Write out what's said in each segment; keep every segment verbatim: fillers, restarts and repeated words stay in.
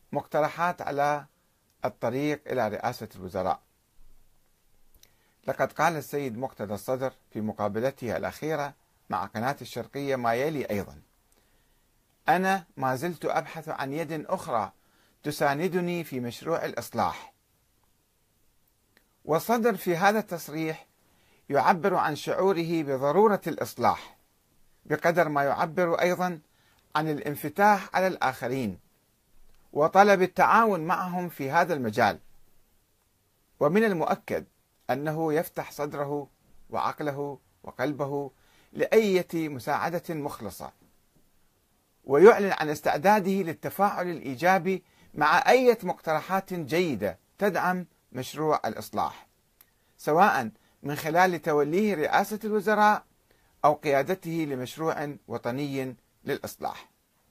مقترحات على الطريق إلى رئاسة الوزراء. لقد قال السيد مقتدى الصدر في مقابلته الأخيرة مع قناة الشرقية ما يلي أيضا: أنا ما زلت أبحث عن يد أخرى تساندني في مشروع الإصلاح. والصدر في هذا التصريح يعبر عن شعوره بضرورة الإصلاح بقدر ما يعبر أيضا عن الانفتاح على الآخرين وطلب التعاون معهم في هذا المجال. ومن المؤكد أنه يفتح صدره وعقله وقلبه لأية مساعدة مخلصة، ويعلن عن استعداده للتفاعل الإيجابي مع أية مقترحات جيدة تدعم مشروع الإصلاح، سواء من خلال توليه رئاسة الوزراء أو قيادته لمشروع وطني للإصلاح.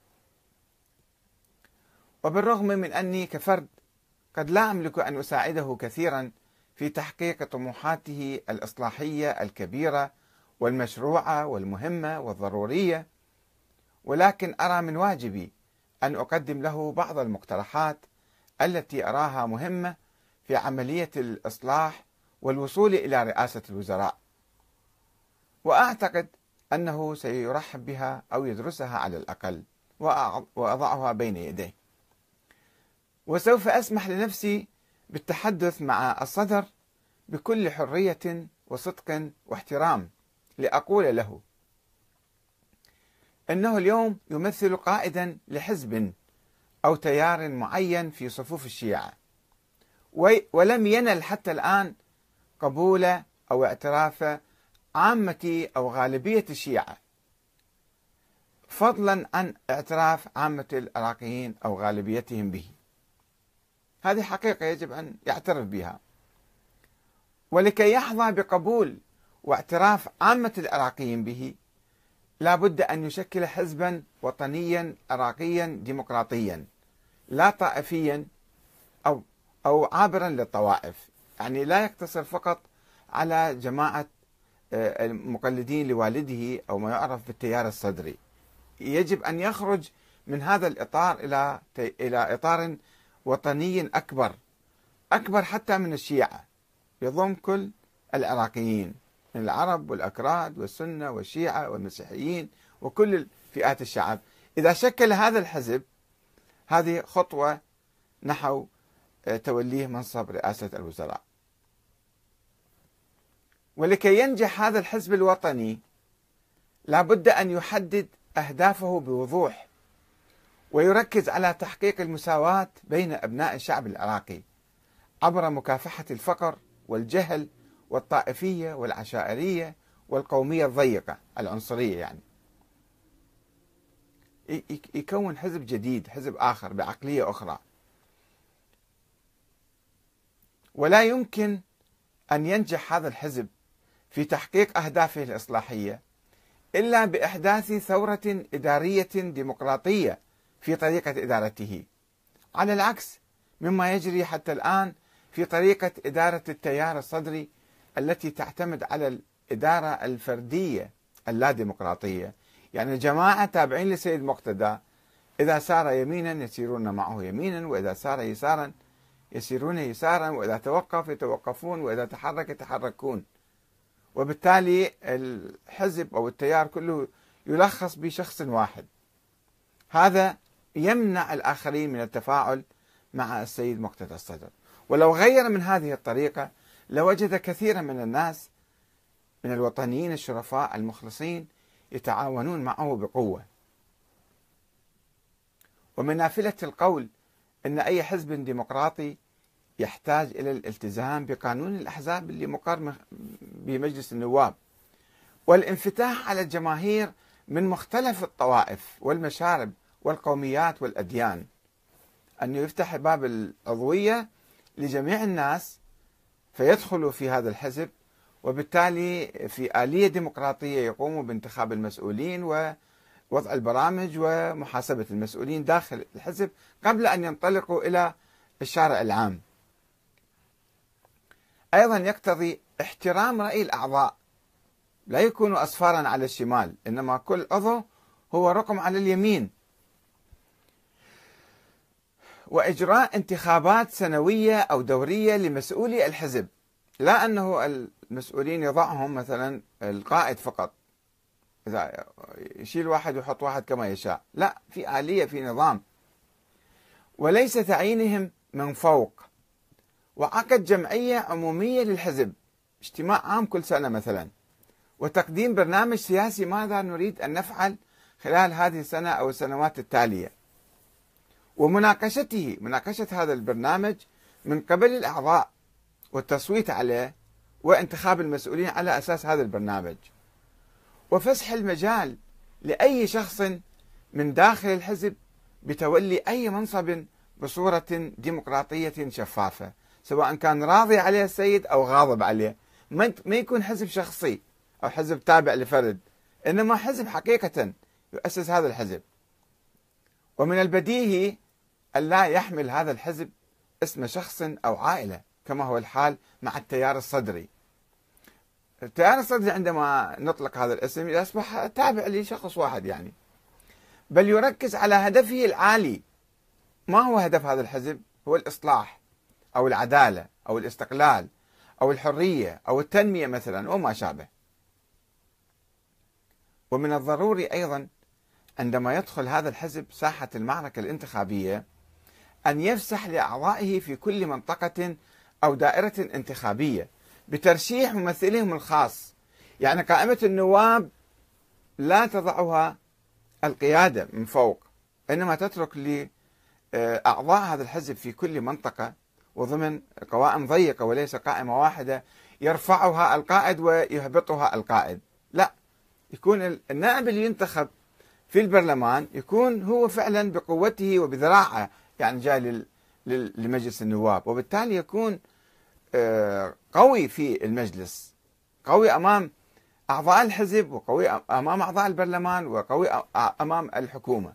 وبالرغم من أني كفرد قد لا أملك أن أساعده كثيرا في تحقيق طموحاته الإصلاحية الكبيرة والمشروعة والمهمة والضرورية، ولكن أرى من واجبي أن أقدم له بعض المقترحات التي أراها مهمة في عملية الإصلاح والوصول إلى رئاسة الوزراء، وأعتقد أنه سيرحب بها أو يدرسها على الأقل وأضعها بين يديه. وسوف أسمح لنفسي بالتحدث مع الصدر بكل حرية وصدق واحترام لأقول له إنه اليوم يمثل قائدا لحزب أو تيار معين في صفوف الشيعة، ولم ينل حتى الآن قبول أو اعتراف عامة أو غالبية الشيعة، فضلا عن اعتراف عامة العراقيين أو غالبيتهم به. هذه حقيقة يجب أن يعترف بها. ولكي يحظى بقبول واعتراف عامة العراقيين به لا بد أن يشكل حزبا وطنيا عراقيا ديمقراطيا لا طائفيا أو أو عابرا للطوائف، يعني لا يقتصر فقط على جماعة المقلدين لوالده أو ما يعرف بالتيار الصدري. يجب أن يخرج من هذا الإطار إلى إلى إطار وطني أكبر أكبر حتى من الشيعة، يضم كل العراقيين من العرب والأكراد والسنة والشيعة والمسيحيين وكل فئات الشعب. إذا شكل هذا الحزب هذه خطوة نحو توليه منصب رئاسة الوزراء. ولكي ينجح هذا الحزب الوطني لا بد أن يحدد أهدافه بوضوح ويركز على تحقيق المساواة بين أبناء الشعب العراقي عبر مكافحة الفقر والجهل والطائفية والعشائرية والقومية الضيقة العنصرية، يعني يكون حزب جديد، حزب آخر بعقلية أخرى. ولا يمكن أن ينجح هذا الحزب في تحقيق أهدافه الإصلاحية إلا بإحداث ثورة إدارية ديمقراطية في طريقة إدارته، على العكس مما يجري حتى الآن في طريقة إدارة التيار الصدري التي تعتمد على الإدارة الفردية اللا ديمقراطية. يعني الجماعة تابعين لسيد مقتدى، إذا سار يمينا يسيرون معه يمينا، وإذا سار يسارا يسيرون يسارا، وإذا توقف يتوقفون، وإذا تحرك يتحركون. وبالتالي الحزب أو التيار كله يلخص بشخص واحد. هذا يمنع الآخرين من التفاعل مع السيد مقتدى الصدر. ولو غير من هذه الطريقة لوجد كثيرا من الناس من الوطنيين الشرفاء المخلصين يتعاونون معه بقوة. ومن نافلة القول أن أي حزب ديمقراطي يحتاج إلى الالتزام بقانون الأحزاب اللي مقر بمجلس النواب والانفتاح على الجماهير من مختلف الطوائف والمشارب والقوميات والأديان، أنه يفتح باب العضوية لجميع الناس فيدخلوا في هذا الحزب، وبالتالي في آلية ديمقراطية يقوموا بانتخاب المسؤولين ووضع البرامج ومحاسبة المسؤولين داخل الحزب قبل أن ينطلقوا إلى الشارع العام. أيضا يقتضي احترام رأي الأعضاء، لا يكونوا أصفارا على الشمال، إنما كل عضو هو رقم على اليمين. وإجراء انتخابات سنوية أو دورية لمسؤولي الحزب، لا أنه المسؤولين يضعهم مثلا القائد فقط، إذا يشيل واحد ويحط واحد كما يشاء، لا، في آلية، في نظام، وليس تعيينهم من فوق. وعقد جمعية عمومية للحزب، اجتماع عام كل سنة مثلا، وتقديم برنامج سياسي ماذا نريد أن نفعل خلال هذه السنة أو السنوات التالية، ومناقشته مناقشة هذا البرنامج من قبل الأعضاء، والتصويت عليه، وانتخاب المسؤولين على أساس هذا البرنامج، وفسح المجال لأي شخص من داخل الحزب بتولي أي منصب بصورة ديمقراطية شفافة، سواء كان راضي عليه السيد أو غاضب عليه، ما يكون حزب شخصي أو حزب تابع لفرد، إنما حزب حقيقة يؤسس هذا الحزب. ومن البديهي أن لا يحمل هذا الحزب اسم شخص أو عائلة كما هو الحال مع التيار الصدري. التيار الصدري عندما نطلق هذا الاسم يصبح تابع لشخص واحد يعني، بل يركز على هدفه العالي. ما هو هدف هذا الحزب؟ هو الإصلاح أو العدالة أو الاستقلال أو الحرية أو التنمية مثلا وما شابه. ومن الضروري أيضا عندما يدخل هذا الحزب ساحة المعركة الانتخابية أن يفسح لأعضائه في كل منطقة أو دائرة انتخابية بترشيح ممثلهم الخاص. يعني قائمة النواب لا تضعها القيادة من فوق، إنما تترك لأعضاء هذا الحزب في كل منطقة وضمن قوائم ضيقة وليس قائمة واحدة يرفعها القائد ويهبطها القائد، لا، يكون النائب اللي ينتخب في البرلمان يكون هو فعلا بقوته وبذراعه، يعني جاي لمجلس النواب، وبالتالي يكون قوي في المجلس، قوي أمام أعضاء الحزب، وقوي أمام أعضاء البرلمان، وقوي أمام الحكومة،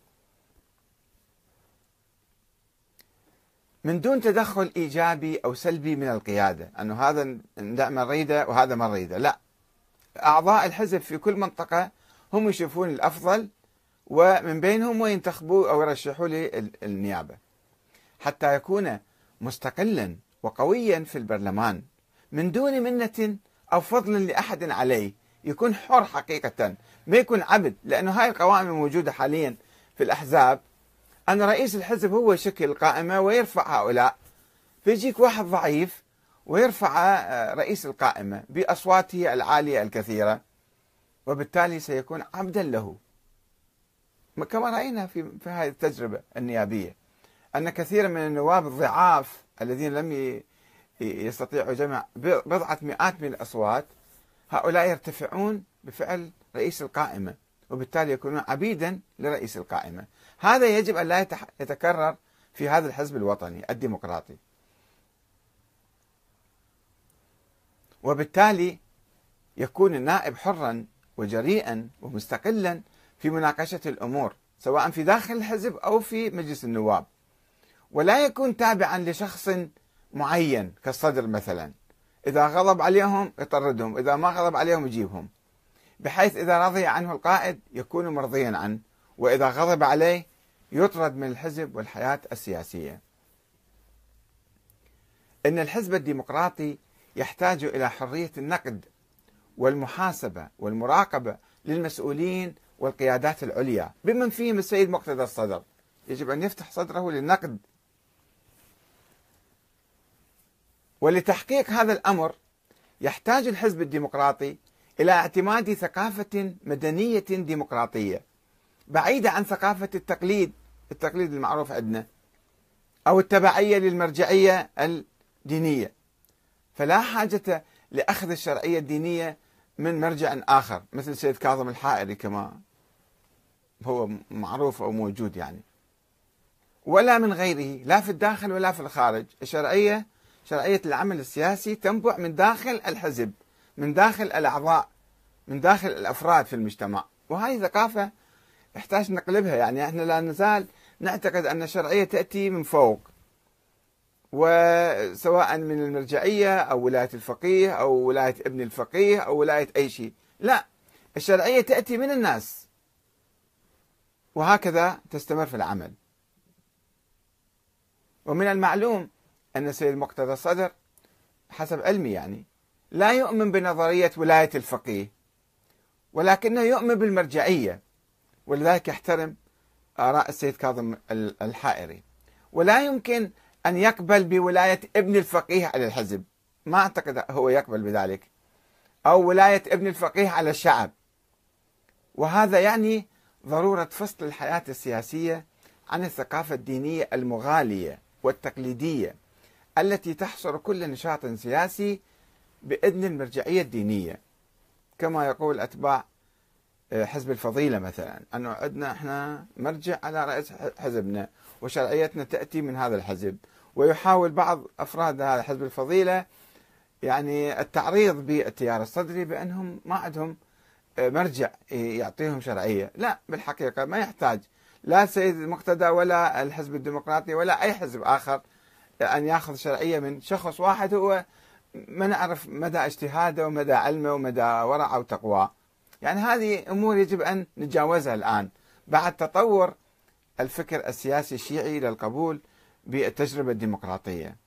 من دون تدخل إيجابي أو سلبي من القيادة، أنه هذا دعم نريده وهذا ما نريده، لا، أعضاء الحزب في كل منطقة هم يشوفون الأفضل ومن بينهم وينتخبوا أو يرشحوا للنيابة، حتى يكون مستقلا وقويا في البرلمان من دون منة أو فضل لأحد عليه، يكون حر حقيقة، ما يكون عبد. لأنه هاي القوائم الموجودة حاليا في الأحزاب أن رئيس الحزب هو يشكل القائمة ويرفع هؤلاء، فيجيك واحد ضعيف ويرفع رئيس القائمة بأصواته العالية الكثيرة، وبالتالي سيكون عبدا له، كما رأينا في في هذه التجربة النيابية أن كثير من النواب الضعاف الذين لم يستطيعوا جمع بضعة مئات من الأصوات، هؤلاء يرتفعون بفعل رئيس القائمة، وبالتالي يكونون عبيدا لرئيس القائمة. هذا يجب أن لا يتكرر في هذا الحزب الوطني الديمقراطي، وبالتالي يكون النائب حرا وجريئا ومستقلا في مناقشة الأمور سواء في داخل الحزب أو في مجلس النواب، ولا يكون تابعا لشخص معين كالصدر مثلا، إذا غضب عليهم يطردهم، إذا ما غضب عليهم يجيبهم، بحيث إذا رضي عنه القائد يكون مرضيا عنه، وإذا غضب عليه يطرد من الحزب والحياة السياسية. إن الحزب الديمقراطي يحتاج إلى حرية النقد والمحاسبة والمراقبة للمسؤولين والقيادات العليا بمن فيهم السيد مقتدى الصدر، يجب أن يفتح صدره للنقد. ولتحقيق هذا الأمر يحتاج الحزب الديمقراطي إلى اعتماد ثقافة مدنية ديمقراطية بعيدة عن ثقافة التقليد التقليد المعروف عندنا أو التبعية للمرجعية الدينية، فلا حاجة لأخذ الشرعية الدينية من مرجع آخر مثل سيد كاظم الحائري كما هو معروف أو موجود يعني، ولا من غيره، لا في الداخل ولا في الخارج. الشرعية شرعية العمل السياسي تنبع من داخل الحزب، من داخل الأعضاء، من داخل الأفراد في المجتمع، وهذه ثقافة يحتاج نقلبها. يعني احنا لا نزال نعتقد أن الشرعية تأتي من فوق، وسواء من المرجعية أو ولاية الفقيه أو ولاية ابن الفقيه أو ولاية أي شيء، لا، الشرعية تأتي من الناس، وهكذا تستمر في العمل. ومن المعلوم أن السيد المقتدى الصدر حسب علمي يعني لا يؤمن بنظرية ولاية الفقيه، ولكنه يؤمن بالمرجعية، ولذلك يحترم آراء السيد كاظم الحائري، ولا يمكن أن يقبل بولاية ابن الفقيه على الحزب، ما أعتقد هو يقبل بذلك، أو ولاية ابن الفقيه على الشعب. وهذا يعني ضرورة فصل الحياة السياسية عن الثقافة الدينية المغالية والتقليدية التي تحصر كل نشاط سياسي بإذن المرجعية الدينية، كما يقول أتباع حزب الفضيلة مثلا، أنه عندنا إحنا مرجع على رأس حزبنا وشرعيتنا تأتي من هذا الحزب. ويحاول بعض أفراد هذا حزب الفضيلة يعني التعريض بالتيار الصدري بأنهم ما عندهم مرجع يعطيهم شرعية. لا، بالحقيقة ما يحتاج لا السيد المقتدى ولا الحزب الديمقراطي ولا أي حزب آخر أن يأخذ شرعية من شخص واحد هو ما نعرف مدى اجتهاده ومدى علمه ومدى ورعه وتقواه. يعني هذه أمور يجب أن نتجاوزها الآن بعد تطور الفكر السياسي الشيعي للقبول بالتجربة الديمقراطية.